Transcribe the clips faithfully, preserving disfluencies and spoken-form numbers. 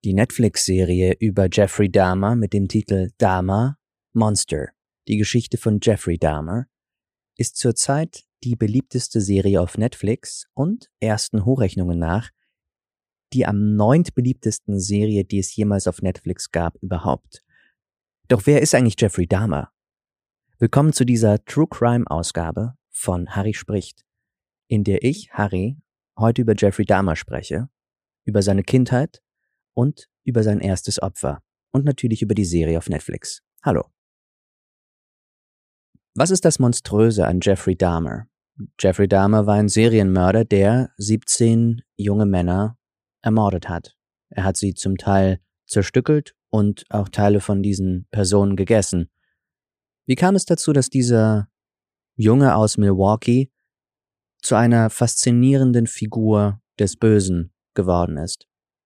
Die Netflix-Serie über Jeffrey Dahmer mit dem Titel Dahmer Monster, die Geschichte von Jeffrey Dahmer, ist zurzeit die beliebteste Serie auf Netflix und ersten Hochrechnungen nach die am neuntbeliebtesten Serie, die es jemals auf Netflix gab, überhaupt. Doch wer ist eigentlich Jeffrey Dahmer? Willkommen zu dieser True Crime Ausgabe von Harry spricht, in der ich, Harry, heute über Jeffrey Dahmer spreche, über seine Kindheit und über sein erstes Opfer und natürlich über die Serie auf Netflix. Hallo. Was ist das Monströse an Jeffrey Dahmer? Jeffrey Dahmer war ein Serienmörder, der siebzehn junge Männer ermordet hat. Er hat sie zum Teil zerstückelt und auch Teile von diesen Personen gegessen. Wie kam es dazu, dass dieser Junge aus Milwaukee zu einer faszinierenden Figur des Bösen geworden ist?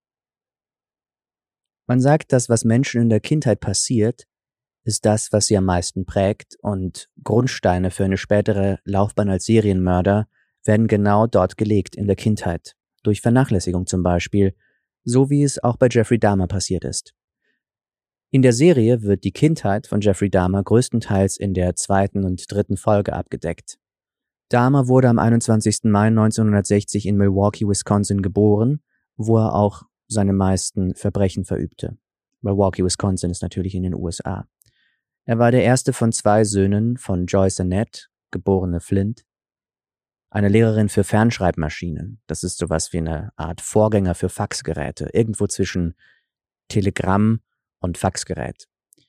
Man sagt, dass was Menschen in der Kindheit passiert, ist das, was sie am meisten prägt, und Grundsteine für eine spätere Laufbahn als Serienmörder werden genau dort gelegt, in der Kindheit, durch Vernachlässigung zum Beispiel, so wie es auch bei Jeffrey Dahmer passiert ist. In der Serie wird die Kindheit von Jeffrey Dahmer größtenteils in der zweiten und dritten Folge abgedeckt. Dahmer wurde am einundzwanzigsten Mai neunzehnhundertsechzig in Milwaukee, Wisconsin geboren, wo er auch seine meisten Verbrechen verübte. Milwaukee, Wisconsin ist natürlich in den U S A. Er war der erste von zwei Söhnen von Joyce Annette, geborene Flint, eine Lehrerin für Fernschreibmaschinen. Das ist sowas wie eine Art Vorgänger für Faxgeräte, irgendwo zwischen Telegramm und Faxgerät.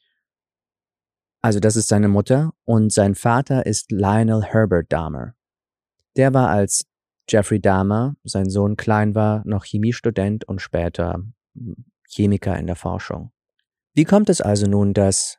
Also das ist seine Mutter, und sein Vater ist Lionel Herbert Dahmer. Der war, als Jeffrey Dahmer, sein Sohn, klein war, noch Chemiestudent und später Chemiker in der Forschung. Wie kommt es also nun, dass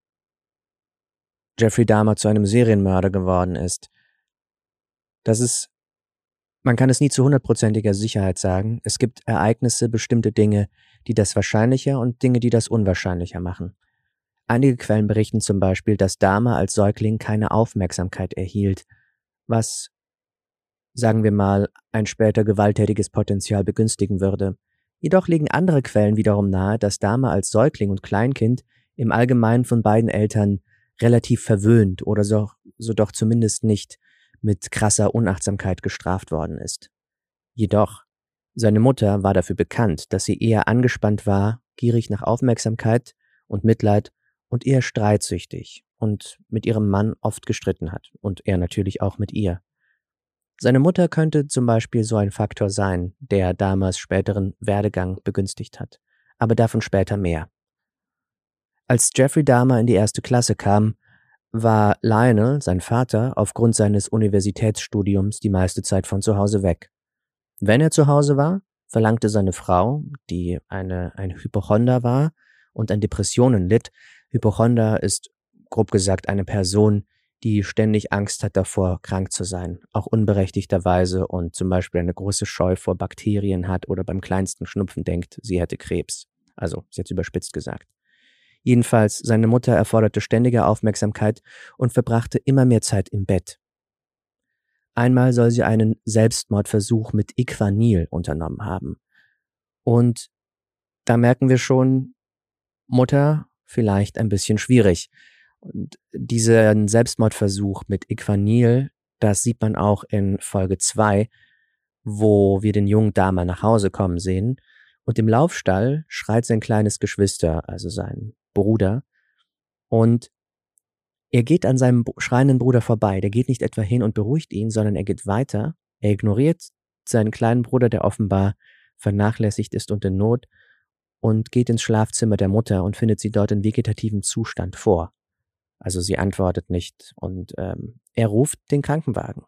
Jeffrey Dahmer zu einem Serienmörder geworden ist? Das ist, man kann es nie zu hundertprozentiger Sicherheit sagen. Es gibt Ereignisse, bestimmte Dinge, die das wahrscheinlicher und Dinge, die das unwahrscheinlicher machen. Einige Quellen berichten zum Beispiel, dass Dahmer als Säugling keine Aufmerksamkeit erhielt, was, sagen wir mal, ein später gewalttätiges Potenzial begünstigen würde. Jedoch liegen andere Quellen wiederum nahe, dass Dahmer als Säugling und Kleinkind im Allgemeinen von beiden Eltern relativ verwöhnt oder so, so doch zumindest nicht mit krasser Unachtsamkeit gestraft worden ist. Jedoch, seine Mutter war dafür bekannt, dass sie eher angespannt war, gierig nach Aufmerksamkeit und Mitleid und eher streitsüchtig und mit ihrem Mann oft gestritten hat und er natürlich auch mit ihr. Seine Mutter könnte zum Beispiel so ein Faktor sein, der Dahmers späteren Werdegang begünstigt hat, aber davon später mehr. Als Jeffrey Dahmer in die erste Klasse kam, war Lionel, sein Vater, aufgrund seines Universitätsstudiums die meiste Zeit von zu Hause weg. Wenn er zu Hause war, verlangte seine Frau, die eine, ein Hypochonder war und an Depressionen litt. Hypochonder ist, grob gesagt, eine Person, die ständig Angst hat davor, krank zu sein, auch unberechtigterweise, und zum Beispiel eine große Scheu vor Bakterien hat oder beim kleinsten Schnupfen denkt, sie hätte Krebs. Also, ist jetzt überspitzt gesagt. Jedenfalls, seine Mutter erforderte ständige Aufmerksamkeit und verbrachte immer mehr Zeit im Bett. Einmal soll sie einen Selbstmordversuch mit Equanil unternommen haben. Und da merken wir schon, Mutter vielleicht ein bisschen schwierig. Und diesen Selbstmordversuch mit Equanil, das sieht man auch in Folge zwei, wo wir den jungen Dahmer nach Hause kommen sehen. Und im Laufstall schreit sein kleines Geschwister, also sein Bruder, und er geht an seinem schreienden Bruder vorbei. Der geht nicht etwa hin und beruhigt ihn, sondern er geht weiter. Er ignoriert seinen kleinen Bruder, der offenbar vernachlässigt ist und in Not, und geht ins Schlafzimmer der Mutter und findet sie dort in vegetativem Zustand vor. Also sie antwortet nicht, und ähm, er ruft den Krankenwagen.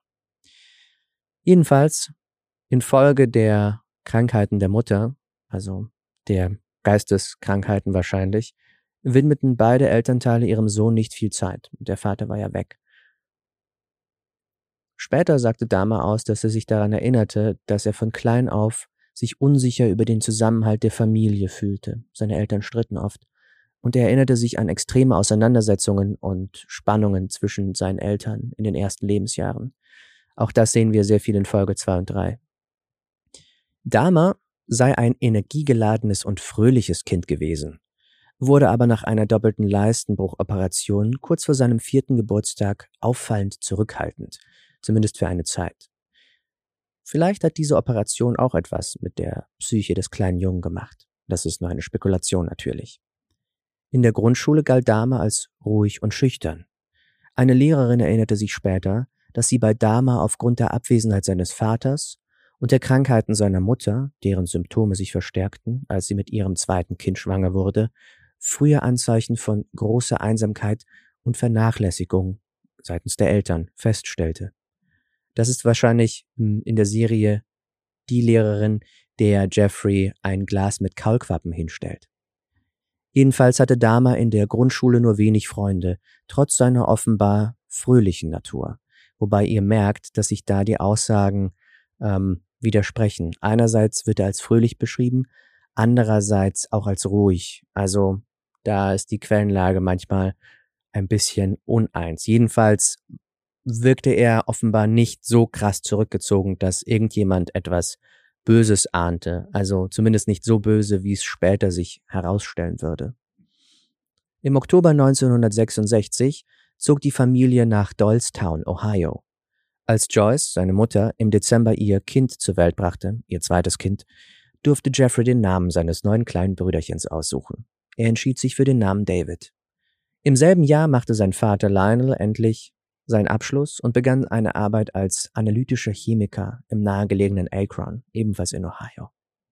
Jedenfalls, infolge der Krankheiten der Mutter, also der Geisteskrankheiten wahrscheinlich, widmeten beide Elternteile ihrem Sohn nicht viel Zeit. Der Vater war ja weg. Später sagte Dahmer aus, dass er sich daran erinnerte, dass er von klein auf sich unsicher über den Zusammenhalt der Familie fühlte. Seine Eltern stritten oft. Und er erinnerte sich an extreme Auseinandersetzungen und Spannungen zwischen seinen Eltern in den ersten Lebensjahren. Auch das sehen wir sehr viel in Folge zwei und drei. Dahmer sei ein energiegeladenes und fröhliches Kind gewesen, wurde aber nach einer doppelten Leistenbruchoperation kurz vor seinem vierten Geburtstag auffallend zurückhaltend, zumindest für eine Zeit. Vielleicht hat diese Operation auch etwas mit der Psyche des kleinen Jungen gemacht. Das ist nur eine Spekulation natürlich. In der Grundschule galt Dahmer als ruhig und schüchtern. Eine Lehrerin erinnerte sich später, dass sie bei Dahmer aufgrund der Abwesenheit seines Vaters und der Krankheiten seiner Mutter, deren Symptome sich verstärkten, als sie mit ihrem zweiten Kind schwanger wurde, frühe Anzeichen von großer Einsamkeit und Vernachlässigung seitens der Eltern feststellte. Das ist wahrscheinlich in der Serie die Lehrerin, der Jeffrey ein Glas mit Kaulquappen hinstellt. Jedenfalls hatte Dahmer in der Grundschule nur wenig Freunde, trotz seiner offenbar fröhlichen Natur, wobei ihr merkt, dass sich da die Aussagen ähm, widersprechen. Einerseits wird er als fröhlich beschrieben, andererseits auch als ruhig. Also da ist die Quellenlage manchmal ein bisschen uneins. Jedenfalls wirkte er offenbar nicht so krass zurückgezogen, dass irgendjemand etwas Böses ahnte, also zumindest nicht so böse, wie es später sich herausstellen würde. Im Oktober neunzehnhundertsechsundsechzig zog die Familie nach Doylestown, Ohio. Als Joyce, seine Mutter, im Dezember ihr Kind zur Welt brachte, ihr zweites Kind, durfte Jeffrey den Namen seines neuen kleinen Brüderchens aussuchen. Er entschied sich für den Namen David. Im selben Jahr machte sein Vater Lionel endlich seinen Abschluss und begann eine Arbeit als analytischer Chemiker im nahegelegenen Akron, ebenfalls in Ohio.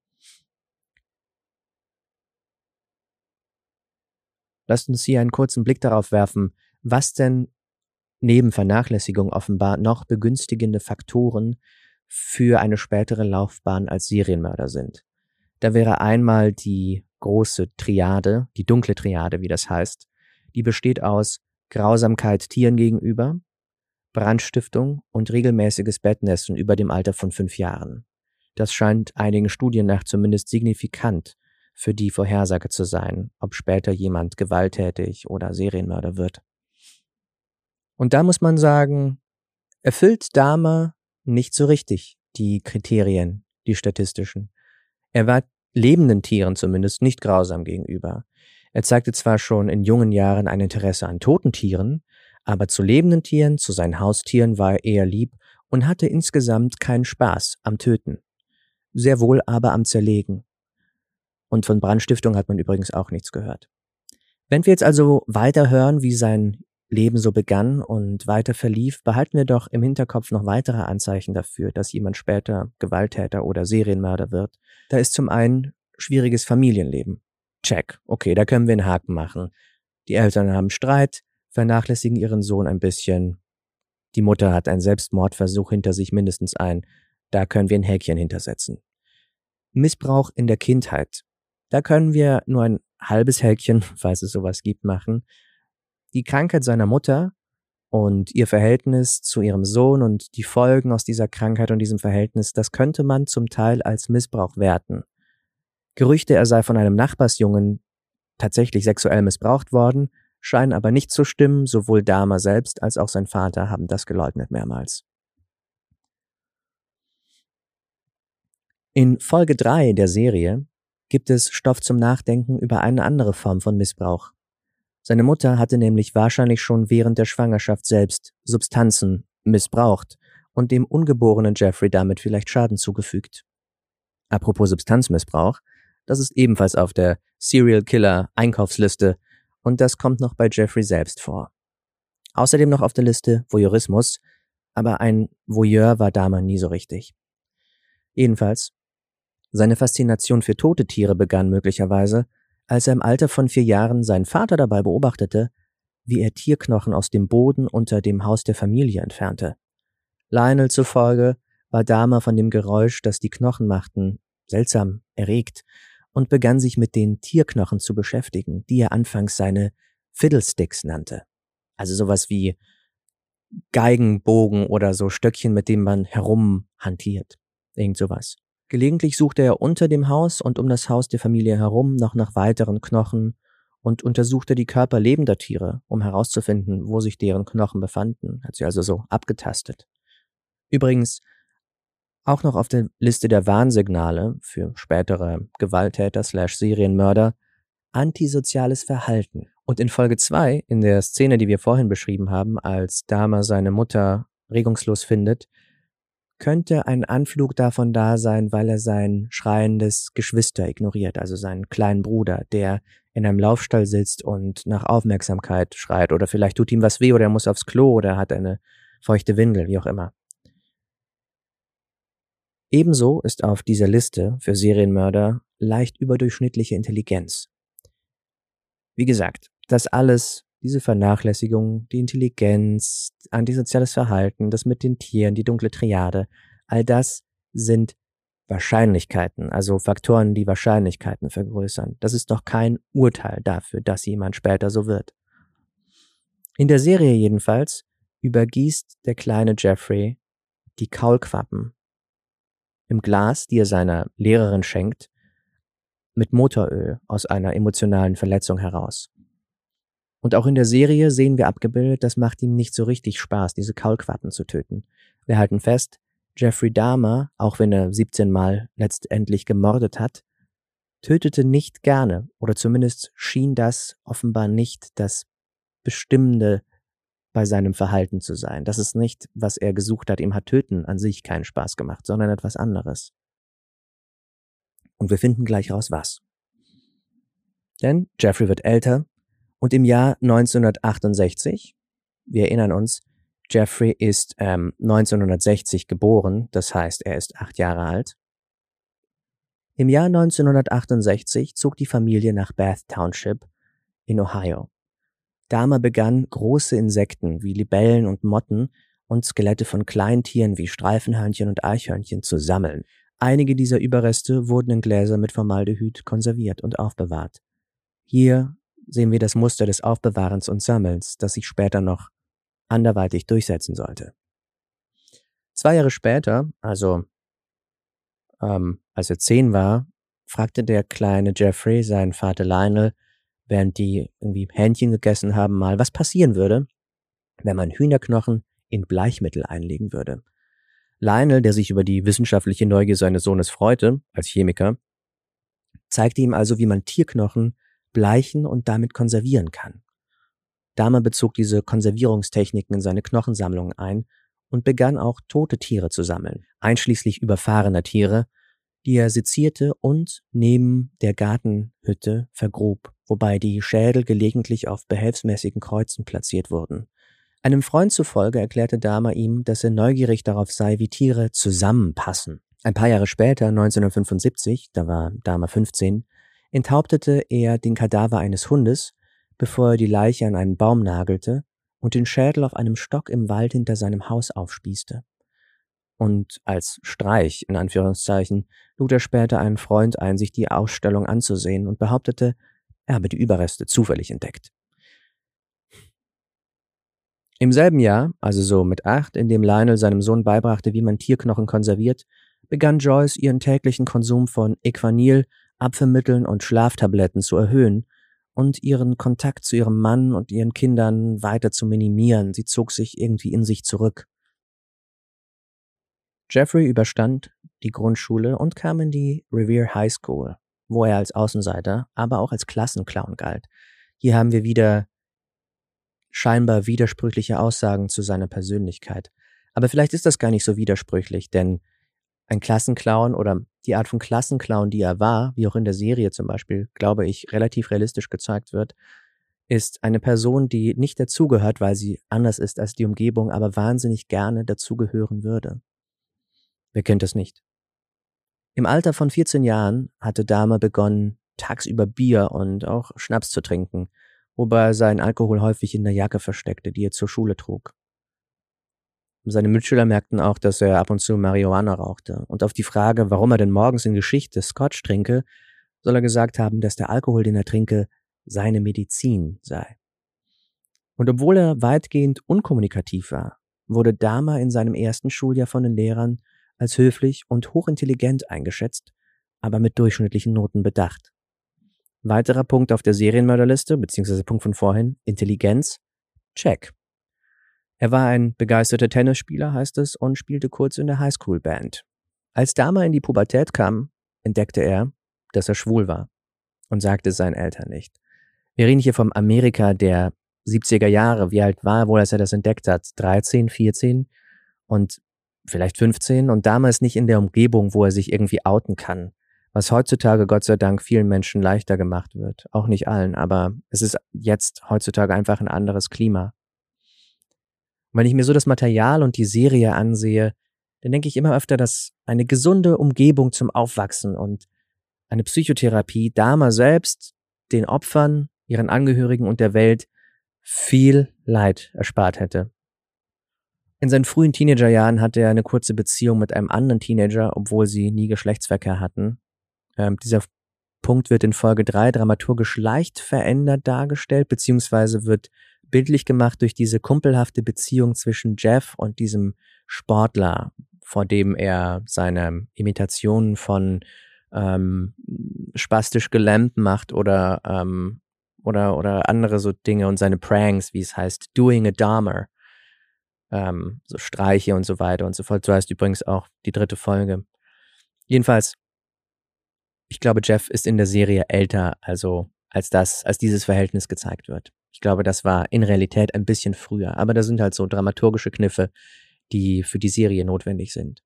Lasst uns hier einen kurzen Blick darauf werfen, was denn neben Vernachlässigung offenbar noch begünstigende Faktoren für eine spätere Laufbahn als Serienmörder sind. Da wäre einmal die große Triade, die dunkle Triade, wie das heißt. Die besteht aus Grausamkeit Tieren gegenüber, Brandstiftung und regelmäßiges Bettnässen über dem Alter von fünf Jahren. Das scheint einigen Studien nach zumindest signifikant für die Vorhersage zu sein, ob später jemand gewalttätig oder Serienmörder wird. Und da muss man sagen, erfüllt Dahmer nicht so richtig die Kriterien, die statistischen. Er war lebenden Tieren zumindest nicht grausam gegenüber. Er zeigte zwar schon in jungen Jahren ein Interesse an toten Tieren, aber zu lebenden Tieren, zu seinen Haustieren war er eher lieb und hatte insgesamt keinen Spaß am Töten. Sehr wohl aber am Zerlegen. Und von Brandstiftung hat man übrigens auch nichts gehört. Wenn wir jetzt also weiter hören, wie sein Leben so begann und weiter verlief, behalten wir doch im Hinterkopf noch weitere Anzeichen dafür, dass jemand später Gewalttäter oder Serienmörder wird. Da ist zum einen schwieriges Familienleben. Check. Okay, da können wir einen Haken machen. Die Eltern haben Streit, vernachlässigen ihren Sohn ein bisschen. Die Mutter hat einen Selbstmordversuch hinter sich, mindestens einen. Da können wir ein Häkchen hintersetzen. Missbrauch in der Kindheit. Da können wir nur ein halbes Häkchen, falls es sowas gibt, machen. Die Krankheit seiner Mutter und ihr Verhältnis zu ihrem Sohn und die Folgen aus dieser Krankheit und diesem Verhältnis, das könnte man zum Teil als Missbrauch werten. Gerüchte, er sei von einem Nachbarsjungen tatsächlich sexuell missbraucht worden, scheinen aber nicht zu stimmen. Sowohl Dahmer selbst als auch sein Vater haben das geleugnet mehrmals. In Folge drei der Serie gibt es Stoff zum Nachdenken über eine andere Form von Missbrauch. Seine Mutter hatte nämlich wahrscheinlich schon während der Schwangerschaft selbst Substanzen missbraucht und dem ungeborenen Jeffrey damit vielleicht Schaden zugefügt. Apropos Substanzmissbrauch, das ist ebenfalls auf der Serial Killer Einkaufsliste und das kommt noch bei Jeffrey selbst vor. Außerdem noch auf der Liste Voyeurismus, aber ein Voyeur war Dahmer nie so richtig. Jedenfalls, seine Faszination für tote Tiere begann möglicherweise, als er im Alter von vier Jahren seinen Vater dabei beobachtete, wie er Tierknochen aus dem Boden unter dem Haus der Familie entfernte. Lionel zufolge war Dahmer von dem Geräusch, das die Knochen machten, seltsam erregt und begann sich mit den Tierknochen zu beschäftigen, die er anfangs seine Fiddlesticks nannte. Also sowas wie Geigenbogen oder so Stöckchen, mit denen man herumhantiert. Irgend sowas. Gelegentlich suchte er unter dem Haus und um das Haus der Familie herum noch nach weiteren Knochen und untersuchte die Körper lebender Tiere, um herauszufinden, wo sich deren Knochen befanden, hat sie also so abgetastet. Übrigens, Auch noch auf der Liste der Warnsignale für spätere Gewalttäter slash Serienmörder antisoziales Verhalten. Und in Folge zwei, in der Szene, die wir vorhin beschrieben haben, als Dahmer seine Mutter regungslos findet, könnte ein Anflug davon da sein, weil er sein schreiendes Geschwister ignoriert, also seinen kleinen Bruder, der in einem Laufstall sitzt und nach Aufmerksamkeit schreit, oder vielleicht tut ihm was weh oder er muss aufs Klo oder hat eine feuchte Windel, wie auch immer. Ebenso ist auf dieser Liste für Serienmörder leicht überdurchschnittliche Intelligenz. Wie gesagt, das alles, diese Vernachlässigung, die Intelligenz, antisoziales Verhalten, das mit den Tieren, die dunkle Triade, all das sind Wahrscheinlichkeiten, also Faktoren, die Wahrscheinlichkeiten vergrößern. Das ist noch kein Urteil dafür, dass jemand später so wird. In der Serie jedenfalls übergießt der kleine Jeffrey die Kaulquappen im Glas, die er seiner Lehrerin schenkt, mit Motoröl aus einer emotionalen Verletzung heraus. Und auch in der Serie sehen wir abgebildet, das macht ihm nicht so richtig Spaß, diese Kaulquappen zu töten. Wir halten fest, Jeffrey Dahmer, auch wenn er siebzehn Mal letztendlich gemordet hat, tötete nicht gerne, oder zumindest schien das offenbar nicht das Bestimmende bei seinem Verhalten zu sein. Das ist nicht, was er gesucht hat. Ihm hat Töten an sich keinen Spaß gemacht, sondern etwas anderes. Und wir finden gleich raus, was. Denn Jeffrey wird älter und im Jahr neunzehnhundertachtundsechzig, wir erinnern uns, Jeffrey ist ähm, neunzehnhundertsechzig geboren, das heißt, er ist acht Jahre alt. Im Jahr neunzehnhundertachtundsechzig zog die Familie nach Bath Township in Ohio. Dahmer begann, große Insekten wie Libellen und Motten und Skelette von Kleintieren wie Streifenhörnchen und Eichhörnchen zu sammeln. Einige dieser Überreste wurden in Gläser mit Formaldehyd konserviert und aufbewahrt. Hier sehen wir das Muster des Aufbewahrens und Sammelns, das sich später noch anderweitig durchsetzen sollte. Zwei Jahre später, also ähm, als er zehn war, fragte der kleine Jeffrey seinen Vater Lionel, während die irgendwie Hähnchen gegessen haben, mal, was passieren würde, wenn man Hühnerknochen in Bleichmittel einlegen würde. Lionel, der sich über die wissenschaftliche Neugier seines Sohnes freute, als Chemiker, zeigte ihm also, wie man Tierknochen bleichen und damit konservieren kann. Dahmer bezog diese Konservierungstechniken in seine Knochensammlung ein und begann auch tote Tiere zu sammeln, einschließlich überfahrener Tiere, die er sezierte und neben der Gartenhütte vergrub, wobei die Schädel gelegentlich auf behelfsmäßigen Kreuzen platziert wurden. Einem Freund zufolge erklärte Dahmer ihm, dass er neugierig darauf sei, wie Tiere zusammenpassen. Ein paar Jahre später, neunzehnhundertfünfundsiebzig, da war Dahmer fünfzehn, enthauptete er den Kadaver eines Hundes, bevor er die Leiche an einen Baum nagelte und den Schädel auf einem Stock im Wald hinter seinem Haus aufspießte. Und als Streich, in Anführungszeichen, lud er später einen Freund ein, sich die Ausstellung anzusehen und behauptete, er habe die Überreste zufällig entdeckt. Im selben Jahr, also so mit acht, in dem Lionel seinem Sohn beibrachte, wie man Tierknochen konserviert, begann Joyce ihren täglichen Konsum von Equanil, Abführmitteln und Schlaftabletten zu erhöhen und ihren Kontakt zu ihrem Mann und ihren Kindern weiter zu minimieren. Sie zog sich irgendwie in sich zurück. Jeffrey überstand die Grundschule und kam in die Revere High School, wo er als Außenseiter, aber auch als Klassenclown galt. Hier haben wir wieder scheinbar widersprüchliche Aussagen zu seiner Persönlichkeit. Aber vielleicht ist das gar nicht so widersprüchlich, denn ein Klassenclown oder die Art von Klassenclown, die er war, wie auch in der Serie zum Beispiel, glaube ich, relativ realistisch gezeigt wird, ist eine Person, die nicht dazugehört, weil sie anders ist als die Umgebung, aber wahnsinnig gerne dazugehören würde. Wer kennt das nicht? Im Alter von vierzehn Jahren hatte Dahmer begonnen, tagsüber Bier und auch Schnaps zu trinken, wobei er seinen Alkohol häufig in der Jacke versteckte, die er zur Schule trug. Seine Mitschüler merkten auch, dass er ab und zu Marihuana rauchte. Und auf die Frage, warum er denn morgens in Geschichte Scotch trinke, soll er gesagt haben, dass der Alkohol, den er trinke, seine Medizin sei. Und obwohl er weitgehend unkommunikativ war, wurde Dahmer in seinem ersten Schuljahr von den Lehrern als höflich und hochintelligent eingeschätzt, aber mit durchschnittlichen Noten bedacht. Weiterer Punkt auf der Serienmörderliste, beziehungsweise Punkt von vorhin, Intelligenz, check. Er war ein begeisterter Tennisspieler, heißt es, und spielte kurz in der Highschool-Band. Als Dahmer in die Pubertät kam, entdeckte er, dass er schwul war und sagte es seinen Eltern nicht. Wir reden hier vom Amerika der siebziger Jahre. Wie alt war er wohl, als er das entdeckt hat? dreizehn, vierzehn und vielleicht fünfzehn und damals nicht in der Umgebung, wo er sich irgendwie outen kann. Was heutzutage Gott sei Dank vielen Menschen leichter gemacht wird. Auch nicht allen, aber es ist jetzt heutzutage einfach ein anderes Klima. Und wenn ich mir so das Material und die Serie ansehe, dann denke ich immer öfter, dass eine gesunde Umgebung zum Aufwachsen und eine Psychotherapie Dahmer selbst, den Opfern, ihren Angehörigen und der Welt viel Leid erspart hätte. In seinen frühen Teenagerjahren hatte er eine kurze Beziehung mit einem anderen Teenager, obwohl sie nie Geschlechtsverkehr hatten. Ähm, dieser Punkt wird in Folge drei dramaturgisch leicht verändert dargestellt, beziehungsweise wird bildlich gemacht durch diese kumpelhafte Beziehung zwischen Jeff und diesem Sportler, vor dem er seine Imitationen von ähm, spastisch gelähmt macht oder, ähm, oder, oder andere so Dinge und seine Pranks, wie es heißt, Doing a Dahmer. Ähm, so Streiche und so weiter und so fort. So heißt übrigens auch die dritte Folge. Jedenfalls, ich glaube, Jeff ist in der Serie älter, also als das, als dieses Verhältnis gezeigt wird. Ich glaube, das war in Realität ein bisschen früher, aber da sind halt so dramaturgische Kniffe, die für die Serie notwendig sind.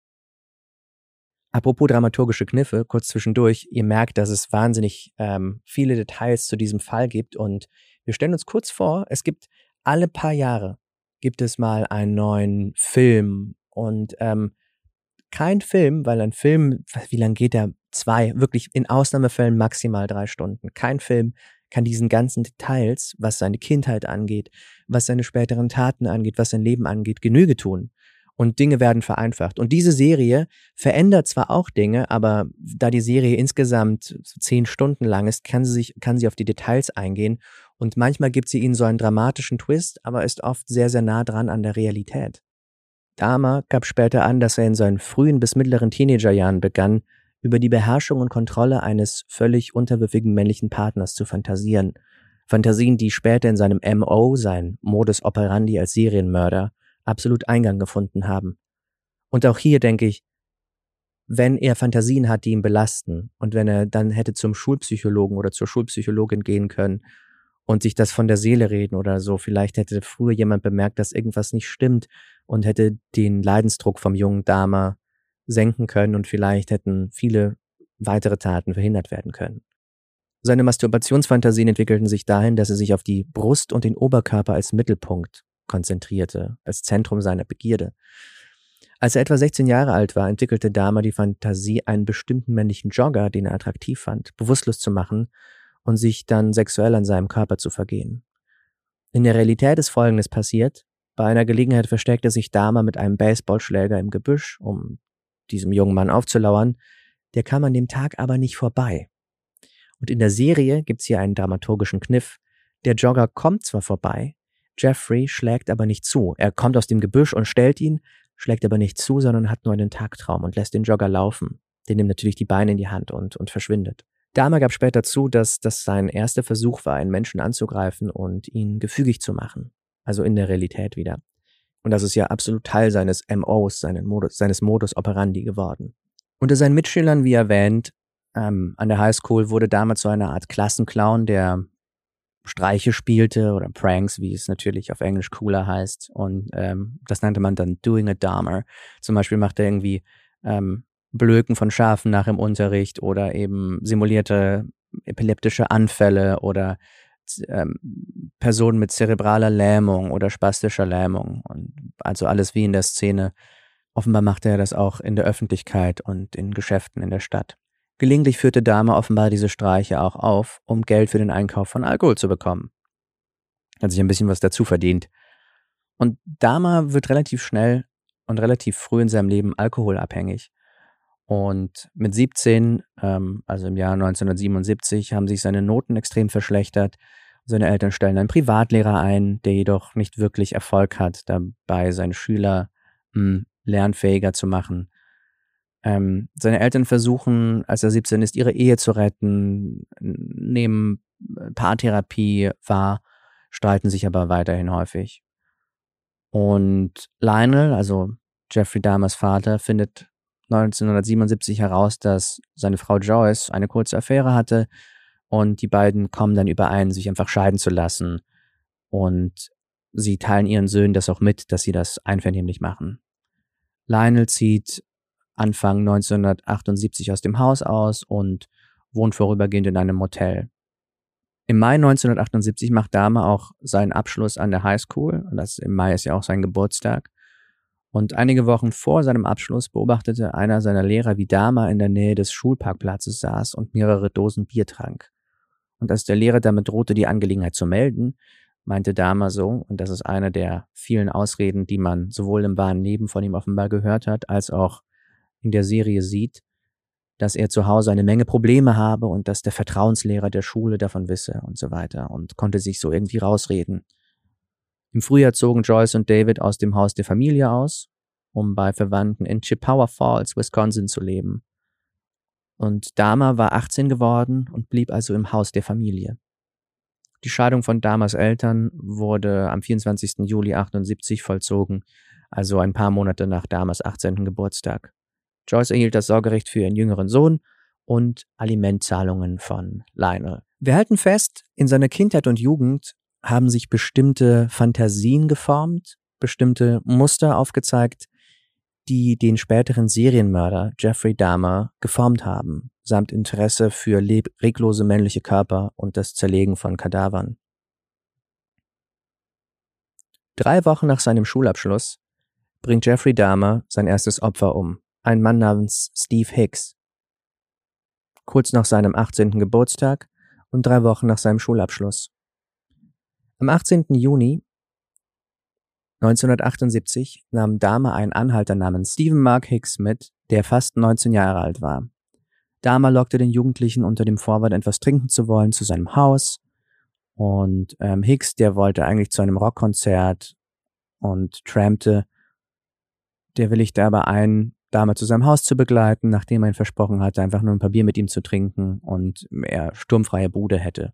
Apropos dramaturgische Kniffe, kurz zwischendurch, ihr merkt, dass es wahnsinnig ähm, viele Details zu diesem Fall gibt und wir stellen uns kurz vor, es gibt alle paar Jahre gibt es mal einen neuen Film und ähm, kein Film, weil ein Film, wie lange geht der? Zwei, wirklich in Ausnahmefällen maximal drei Stunden. Kein Film kann diesen ganzen Details, was seine Kindheit angeht, was seine späteren Taten angeht, was sein Leben angeht, Genüge tun. Und Dinge werden vereinfacht. Und diese Serie verändert zwar auch Dinge, aber da die Serie insgesamt so zehn Stunden lang ist, kann sie sich, kann sie auf die Details eingehen. Und manchmal gibt sie ihnen so einen dramatischen Twist, aber ist oft sehr, sehr nah dran an der Realität. Dahmer gab später an, dass er in seinen frühen bis mittleren Teenagerjahren begann, über die Beherrschung und Kontrolle eines völlig unterwürfigen männlichen Partners zu fantasieren. Fantasien, die später in seinem M O, sein Modus operandi als Serienmörder, absolut Eingang gefunden haben. Und auch hier denke ich, wenn er Fantasien hat, die ihn belasten und wenn er dann hätte zum Schulpsychologen oder zur Schulpsychologin gehen können und sich das von der Seele reden oder so, vielleicht hätte früher jemand bemerkt, dass irgendwas nicht stimmt und hätte den Leidensdruck vom jungen Dahmer senken können und vielleicht hätten viele weitere Taten verhindert werden können. Seine Masturbationsfantasien entwickelten sich dahin, dass er sich auf die Brust und den Oberkörper als Mittelpunkt konzentrierte, als Zentrum seiner Begierde. Als er etwa sechzehn Jahre alt war, entwickelte Dahmer die Fantasie, einen bestimmten männlichen Jogger, den er attraktiv fand, bewusstlos zu machen und sich dann sexuell an seinem Körper zu vergehen. In der Realität ist Folgendes passiert. Bei einer Gelegenheit versteckte sich Dahmer mit einem Baseballschläger im Gebüsch, um diesem jungen Mann aufzulauern. Der kam an dem Tag aber nicht vorbei. Und in der Serie gibt's hier einen dramaturgischen Kniff. Der Jogger kommt zwar vorbei, Jeffrey schlägt aber nicht zu. Er kommt aus dem Gebüsch und stellt ihn, schlägt aber nicht zu, sondern hat nur einen Tagtraum und lässt den Jogger laufen. Der nimmt natürlich die Beine in die Hand und, und verschwindet. Dahmer gab später zu, dass das sein erster Versuch war, einen Menschen anzugreifen und ihn gefügig zu machen. Also in der Realität wieder. Und das ist ja absolut Teil seines M Os, seinen Modus, seines Modus operandi geworden. Unter seinen Mitschülern, wie erwähnt, ähm, an der Highschool wurde Dahmer zu einer Art Klassenclown, der Streiche spielte oder Pranks, wie es natürlich auf Englisch cooler heißt. Und ähm, das nannte man dann Doing a Dahmer. Zum Beispiel macht er irgendwie ähm, Blöken von Schafen nach im Unterricht oder eben simulierte epileptische Anfälle oder ähm, Personen mit zerebraler Lähmung oder spastischer Lähmung. Und also alles wie in der Szene. Offenbar machte er das auch in der Öffentlichkeit und in Geschäften in der Stadt. Gelegentlich führte Dahmer offenbar diese Streiche auch auf, um Geld für den Einkauf von Alkohol zu bekommen. Hat sich ein bisschen was dazu verdient. Und Dahmer wird relativ schnell und relativ früh in seinem Leben alkoholabhängig. Und mit siebzehn, ähm, also im Jahr neunzehnhundertsiebenundsiebzig, haben sich seine Noten extrem verschlechtert. Seine Eltern stellen einen Privatlehrer ein, der jedoch nicht wirklich Erfolg hat, dabei seine Schüler mh, lernfähiger zu machen. Ähm, seine Eltern versuchen, als er siebzehn ist, ihre Ehe zu retten, nehmen Paartherapie wahr, streiten sich aber weiterhin häufig. Und Lionel, also Jeffrey Dahmers Vater, findet neunzehnhundertsiebenundsiebzig heraus, dass seine Frau Joyce eine kurze Affäre hatte und die beiden kommen dann überein, sich einfach scheiden zu lassen und sie teilen ihren Söhnen das auch mit, dass sie das einvernehmlich machen. Lionel zieht Anfang neunzehnhundertachtundsiebzig aus dem Haus aus und wohnt vorübergehend in einem Motel. Im Mai neunzehnhundertachtundsiebzig macht Dahmer auch seinen Abschluss an der High School, und das im Mai ist ja auch sein Geburtstag. Und einige Wochen vor seinem Abschluss beobachtete einer seiner Lehrer, wie Dahmer in der Nähe des Schulparkplatzes saß und mehrere Dosen Bier trank. Und als der Lehrer damit drohte, die Angelegenheit zu melden, meinte Dahmer so, und das ist eine der vielen Ausreden, die man sowohl im wahren Leben von ihm offenbar gehört hat, als auch in der Serie sieht, dass er zu Hause eine Menge Probleme habe und dass der Vertrauenslehrer der Schule davon wisse und so weiter und konnte sich so irgendwie rausreden. Im Frühjahr zogen Joyce und David aus dem Haus der Familie aus, um bei Verwandten in Chippewa Falls, Wisconsin zu leben. Und Dahmer war achtzehn geworden und blieb also im Haus der Familie. Die Scheidung von Dahmers Eltern wurde am vierundzwanzigsten Juli achtundsiebzig vollzogen, also ein paar Monate nach Dahmers achtzehnten Geburtstag. Joyce erhielt das Sorgerecht für ihren jüngeren Sohn und Alimentzahlungen von Lionel. Wir halten fest, in seiner Kindheit und Jugend haben sich bestimmte Fantasien geformt, bestimmte Muster aufgezeigt, die den späteren Serienmörder Jeffrey Dahmer geformt haben, samt Interesse für reglose männliche Körper und das Zerlegen von Kadavern. Drei Wochen nach seinem Schulabschluss bringt Jeffrey Dahmer sein erstes Opfer um, ein Mann namens Steve Hicks. Kurz nach seinem achtzehnten Geburtstag und drei Wochen nach seinem Schulabschluss. Am achtzehnten Juni neunzehnhundertachtundsiebzig nahm Dahmer einen Anhalter namens Stephen Mark Hicks mit, der fast neunzehn Jahre alt war. Dahmer lockte den Jugendlichen unter dem Vorwand, etwas trinken zu wollen, zu seinem Haus. Und ähm, Hicks, der wollte eigentlich zu einem Rockkonzert und trampte. Der willigte aber ein, Dahmer zu seinem Haus zu begleiten, nachdem er ihn versprochen hatte, einfach nur ein paar Bier mit ihm zu trinken und er sturmfreie Bude hätte.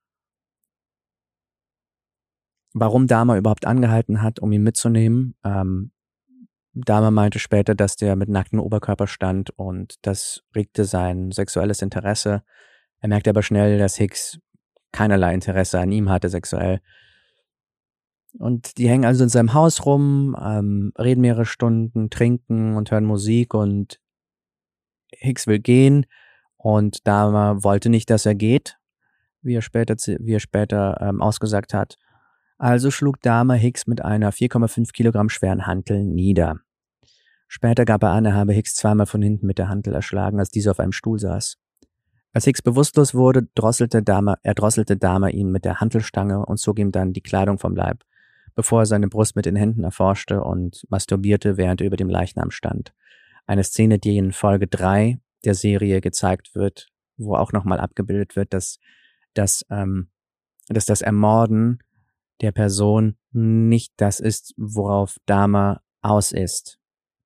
Warum Dahmer überhaupt angehalten hat, um ihn mitzunehmen. Ähm, Dahmer meinte später, dass der mit nacktem Oberkörper stand und das regte sein sexuelles Interesse. Er merkte aber schnell, dass Hicks keinerlei Interesse an ihm hatte sexuell. Und die hängen also in seinem Haus rum, ähm, reden mehrere Stunden, trinken und hören Musik und Hicks will gehen und Dahmer wollte nicht, dass er geht, wie er später, wie er später ähm, ausgesagt hat. Also schlug Dahmer Hicks mit einer vier Komma fünf Kilogramm schweren Hantel nieder. Später gab er an, er habe Hicks zweimal von hinten mit der Hantel erschlagen, als dieser auf einem Stuhl saß. Als Hicks bewusstlos wurde, drosselte Dahmer, erdrosselte Dahmer ihn mit der Hantelstange und zog ihm dann die Kleidung vom Leib, bevor er seine Brust mit den Händen erforschte und masturbierte, während er über dem Leichnam stand. Eine Szene, die in Folge drei der Serie gezeigt wird, wo auch nochmal abgebildet wird, dass, dass, ähm, dass das Ermorden der Person nicht das ist, worauf Dahmer aus ist.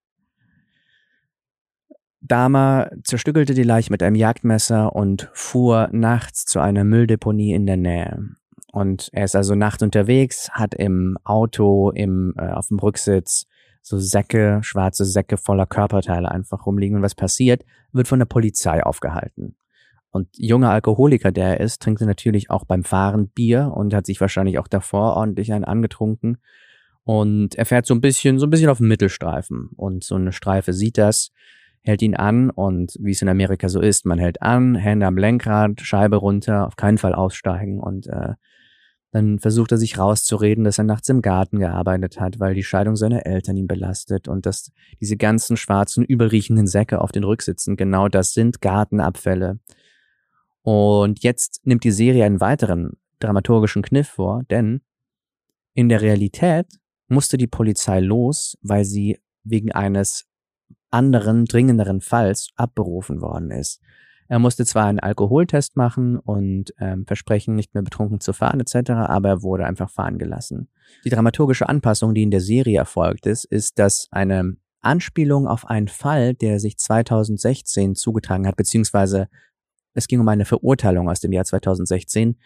Dahmer zerstückelte die Leiche mit einem Jagdmesser und fuhr nachts zu einer Mülldeponie in der Nähe. Und er ist also nachts unterwegs, hat im Auto, im, äh, auf dem Rücksitz so Säcke, schwarze Säcke voller Körperteile einfach rumliegen. Und was passiert, wird von der Polizei aufgehalten. Und junger Alkoholiker, der er ist, trinkt natürlich auch beim Fahren Bier und hat sich wahrscheinlich auch davor ordentlich einen angetrunken. Und er fährt so ein bisschen, so ein bisschen auf dem Mittelstreifen. Und so eine Streife sieht das, hält ihn an und wie es in Amerika so ist, man hält an, Hände am Lenkrad, Scheibe runter, auf keinen Fall aussteigen und äh, dann versucht er sich rauszureden, dass er nachts im Garten gearbeitet hat, weil die Scheidung seiner Eltern ihn belastet und dass diese ganzen schwarzen, übelriechenden Säcke auf den Rücksitzen, genau das sind Gartenabfälle. Und jetzt nimmt die Serie einen weiteren dramaturgischen Kniff vor, denn in der Realität musste die Polizei los, weil sie wegen eines anderen, dringenderen Falls abberufen worden ist. Er musste zwar einen Alkoholtest machen und ähm, versprechen, nicht mehr betrunken zu fahren et cetera, aber er wurde einfach fahren gelassen. Die dramaturgische Anpassung, die in der Serie erfolgt ist, ist, dass eine Anspielung auf einen Fall, der sich zweitausendsechzehn zugetragen hat, beziehungsweise es ging um eine Verurteilung aus dem Jahr zweitausendsechzehn,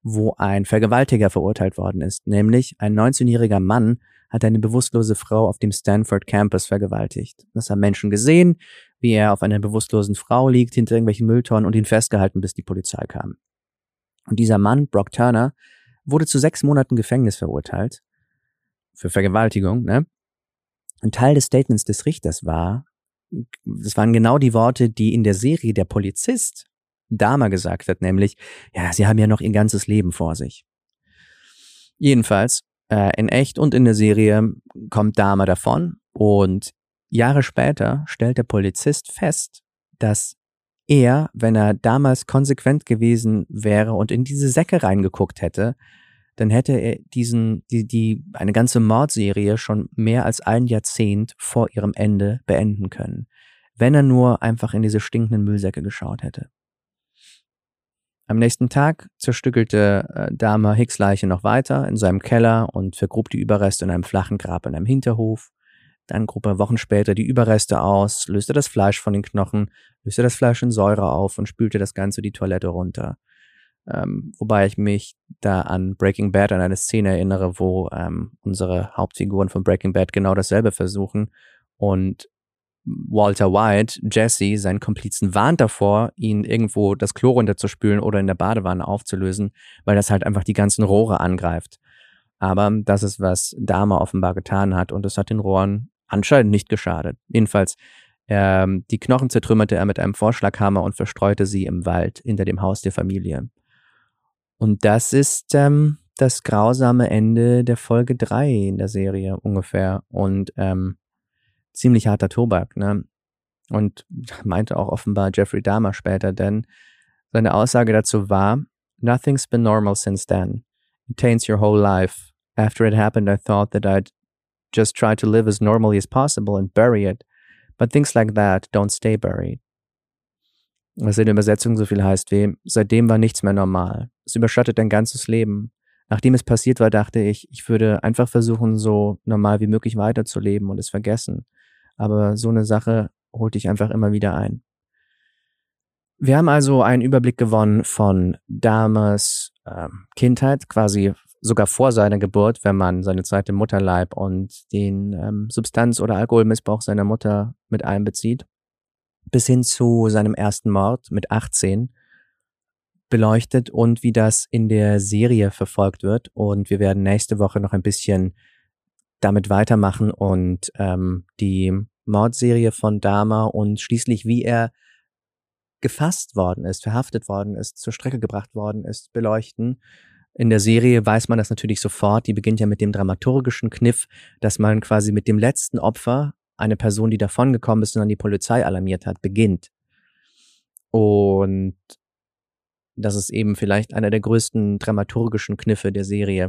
wo ein Vergewaltiger verurteilt worden ist. Nämlich ein neunzehnjähriger Mann hat eine bewusstlose Frau auf dem Stanford Campus vergewaltigt. Das haben Menschen gesehen, wie er auf einer bewusstlosen Frau liegt, hinter irgendwelchen Mülltonnen und ihn festgehalten, bis die Polizei kam. Und dieser Mann, Brock Turner, wurde zu sechs Monaten Gefängnis verurteilt. Für Vergewaltigung, ne? Ein Teil des Statements des Richters war, das waren genau die Worte, die in der Serie der Polizist Dahmer gesagt hat, nämlich, ja, sie haben ja noch ihr ganzes Leben vor sich. Jedenfalls, äh, in echt und in der Serie kommt Dahmer davon und Jahre später stellt der Polizist fest, dass er, wenn er damals konsequent gewesen wäre und in diese Säcke reingeguckt hätte, dann hätte er diesen, die, die, eine ganze Mordserie schon mehr als ein Jahrzehnt vor ihrem Ende beenden können, wenn er nur einfach in diese stinkenden Müllsäcke geschaut hätte. Am nächsten Tag zerstückelte äh, Dahmer Hicks Leiche noch weiter in seinem Keller und vergrub die Überreste in einem flachen Grab in einem Hinterhof. Dann grub er Wochen später die Überreste aus, löste das Fleisch von den Knochen, löste das Fleisch in Säure auf und spülte das Ganze die Toilette runter. Ähm, wobei ich mich da an Breaking Bad, an eine Szene erinnere, wo ähm, unsere Hauptfiguren von Breaking Bad genau dasselbe versuchen und Walter White, Jesse, seinen Komplizen, warnt davor, ihn irgendwo das Klo runterzuspülen oder in der Badewanne aufzulösen, weil das halt einfach die ganzen Rohre angreift. Aber das ist, was Dahmer offenbar getan hat und das hat den Rohren anscheinend nicht geschadet. Jedenfalls, ähm, die Knochen zertrümmerte er mit einem Vorschlaghammer und verstreute sie im Wald hinter dem Haus der Familie. Und das ist ähm, das grausame Ende der Folge drei in der Serie ungefähr und ähm, ziemlich harter Tobak, ne? Und meinte auch offenbar Jeffrey Dahmer später, denn seine Aussage dazu war, "Nothing's been normal since then. It taints your whole life. After it happened, I thought that I'd just try to live as normally as possible and bury it. But things like that don't stay buried." Was in der Übersetzung so viel heißt wie, seitdem war nichts mehr normal. Es überschattet dein ganzes Leben. Nachdem es passiert war, dachte ich, ich würde einfach versuchen, so normal wie möglich weiterzuleben und es vergessen. Aber so eine Sache holt dich einfach immer wieder ein. Wir haben also einen Überblick gewonnen von Dahmers äh, Kindheit, quasi sogar vor seiner Geburt, wenn man seine Zeit im Mutterleib und den ähm, Substanz- oder Alkoholmissbrauch seiner Mutter mit einbezieht, bis hin zu seinem ersten Mord mit achtzehn beleuchtet und wie das in der Serie verfolgt wird. Und wir werden nächste Woche noch ein bisschen damit weitermachen und ähm, die Mordserie von Dahmer und schließlich, wie er gefasst worden ist, verhaftet worden ist, zur Strecke gebracht worden ist, beleuchten. In der Serie weiß man das natürlich sofort. Die beginnt ja mit dem dramaturgischen Kniff, dass man quasi mit dem letzten Opfer, eine Person, die davongekommen ist und dann die Polizei alarmiert hat, beginnt. Und das ist eben vielleicht einer der größten dramaturgischen Kniffe der Serie.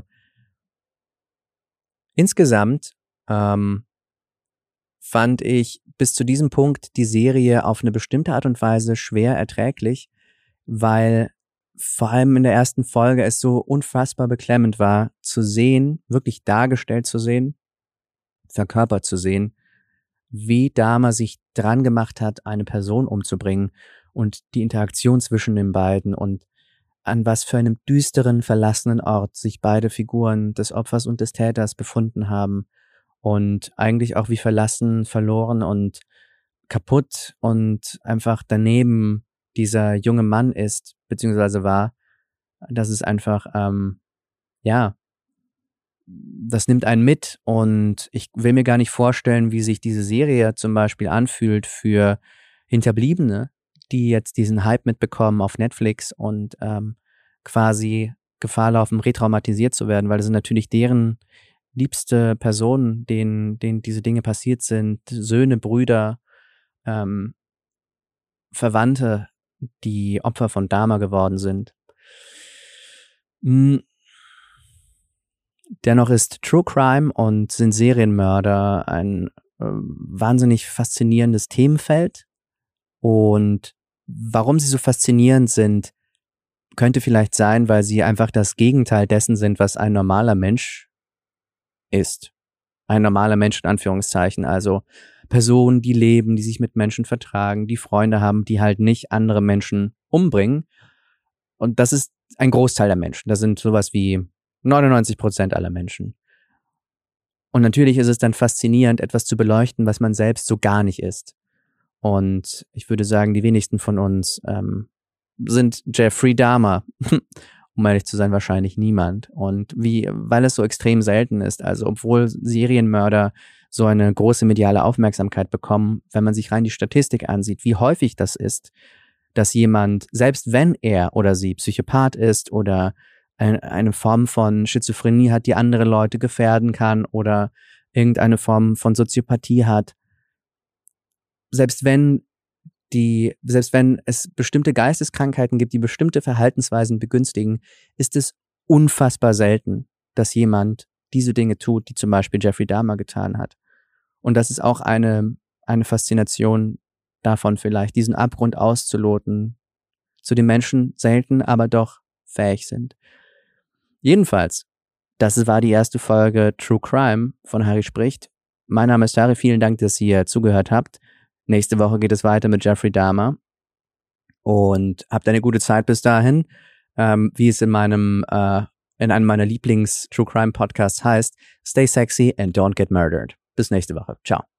Insgesamt ähm, fand ich bis zu diesem Punkt die Serie auf eine bestimmte Art und Weise schwer erträglich, weil vor allem in der ersten Folge es so unfassbar beklemmend war, zu sehen, wirklich dargestellt zu sehen, verkörpert zu sehen, wie Dahmer sich dran gemacht hat, eine Person umzubringen und die Interaktion zwischen den beiden und an was für einem düsteren, verlassenen Ort sich beide Figuren des Opfers und des Täters befunden haben und eigentlich auch wie verlassen, verloren und kaputt und einfach daneben dieser junge Mann ist, beziehungsweise war. Das ist einfach, ähm, ja, das nimmt einen mit und ich will mir gar nicht vorstellen, wie sich diese Serie zum Beispiel anfühlt für Hinterbliebene, die jetzt diesen Hype mitbekommen auf Netflix und ähm, quasi Gefahr laufen, retraumatisiert zu werden, weil das sind natürlich deren liebste Personen, denen, denen diese Dinge passiert sind, Söhne, Brüder, ähm, Verwandte, die Opfer von Dahmer geworden sind. Dennoch ist True Crime und sind Serienmörder ein äh, wahnsinnig faszinierendes Themenfeld. Und warum sie so faszinierend sind, könnte vielleicht sein, weil sie einfach das Gegenteil dessen sind, was ein normaler Mensch ist. Ein normaler Mensch in Anführungszeichen, also Personen, die leben, die sich mit Menschen vertragen, die Freunde haben, die halt nicht andere Menschen umbringen, Und das ist ein Großteil der Menschen. Das sind sowas wie neunundneunzig Prozent aller Menschen. Und natürlich ist es dann faszinierend, etwas zu beleuchten, was man selbst so gar nicht ist. Und ich würde sagen, die wenigsten von uns ähm, sind Jeffrey Dahmer. Um ehrlich zu sein, wahrscheinlich niemand. Und wie, weil es so extrem selten ist, also obwohl Serienmörder so eine große mediale Aufmerksamkeit bekommen, wenn man sich rein die Statistik ansieht, wie häufig das ist, dass jemand, selbst wenn er oder sie Psychopath ist oder ein, eine Form von Schizophrenie hat, die andere Leute gefährden kann oder irgendeine Form von Soziopathie hat, selbst wenn die, selbst wenn es bestimmte Geisteskrankheiten gibt, die bestimmte Verhaltensweisen begünstigen, ist es unfassbar selten, dass jemand diese Dinge tut, die zum Beispiel Jeffrey Dahmer getan hat. Und das ist auch eine, eine Faszination davon vielleicht, diesen Abgrund auszuloten, zu dem Menschen selten, aber doch fähig sind. Jedenfalls, das war die erste Folge True Crime von Harry spricht. Mein Name ist Harry, vielen Dank, dass ihr zugehört habt. Nächste Woche geht es weiter mit Jeffrey Dahmer. Und habt eine gute Zeit bis dahin. Ähm, wie es in meinem, äh, in einem meiner Lieblings-True Crime Podcasts heißt, stay sexy and don't get murdered. Bis nächste Woche. Ciao.